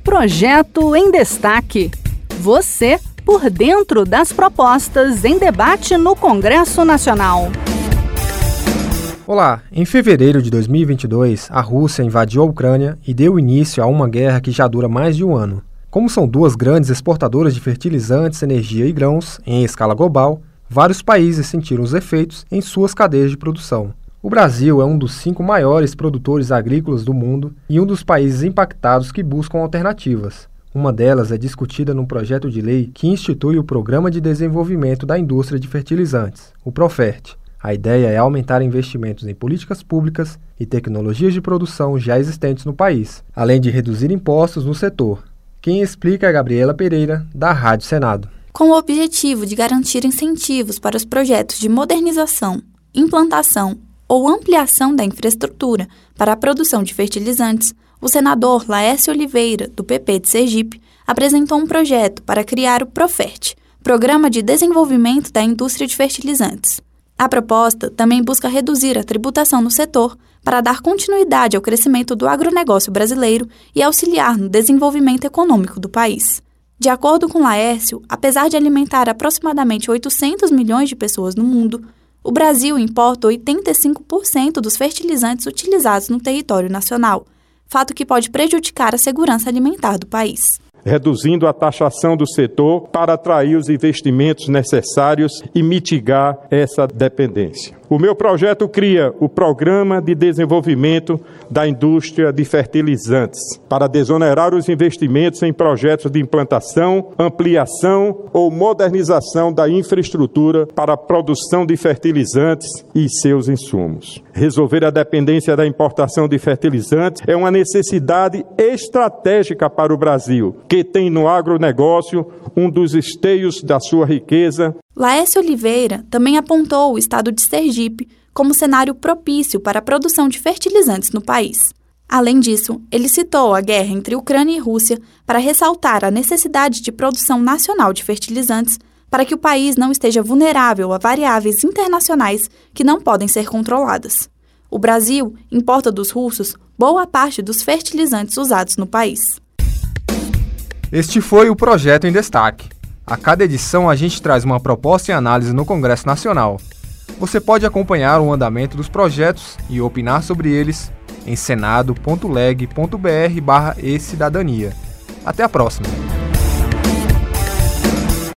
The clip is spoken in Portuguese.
Projeto em Destaque. Você por dentro das propostas em debate no Congresso Nacional. Olá, em fevereiro de 2022, a Rússia invadiu a Ucrânia e deu início a uma guerra que já dura mais de um ano. Como são duas grandes exportadoras de fertilizantes, energia e grãos em escala global, vários países sentiram os efeitos em suas cadeias de produção. O Brasil é um dos 5 maiores produtores agrícolas do mundo e um dos países impactados que buscam alternativas. Uma delas é discutida num projeto de lei que institui o Programa de Desenvolvimento da Indústria de Fertilizantes, o PROFERT. A ideia é aumentar investimentos em políticas públicas e tecnologias de produção já existentes no país, além de reduzir impostos no setor. Quem explica é a Gabriela Pereira, da Rádio Senado. Com o objetivo de garantir incentivos para os projetos de modernização, implantação ou ampliação da infraestrutura para a produção de fertilizantes, o senador Laércio Oliveira, do PP de Sergipe, apresentou um projeto para criar o PROFERT, Programa de Desenvolvimento da Indústria de Fertilizantes. A proposta também busca reduzir a tributação no setor para dar continuidade ao crescimento do agronegócio brasileiro e auxiliar no desenvolvimento econômico do país. De acordo com Laércio, apesar de alimentar aproximadamente 800 milhões de pessoas no mundo, o Brasil importa 85% dos fertilizantes utilizados no território nacional, fato que pode prejudicar a segurança alimentar do país. Reduzindo a taxação do setor para atrair os investimentos necessários e mitigar essa dependência. O meu projeto cria o Programa de Desenvolvimento da Indústria de Fertilizantes para desonerar os investimentos em projetos de implantação, ampliação ou modernização da infraestrutura para a produção de fertilizantes e seus insumos. Resolver a dependência da importação de fertilizantes é uma necessidade estratégica para o Brasil, que tem no agronegócio um dos esteios da sua riqueza. Laércio Oliveira também apontou o estado de Sergipe como cenário propício para a produção de fertilizantes no país. Além disso, ele citou a guerra entre Ucrânia e Rússia para ressaltar a necessidade de produção nacional de fertilizantes para que o país não esteja vulnerável a variáveis internacionais que não podem ser controladas. O Brasil importa dos russos boa parte dos fertilizantes usados no país. Este foi o Projeto em Destaque. A cada edição a gente traz uma proposta e análise no Congresso Nacional. Você pode acompanhar o andamento dos projetos e opinar sobre eles em senado.leg.br/e-cidadania. Até a próxima!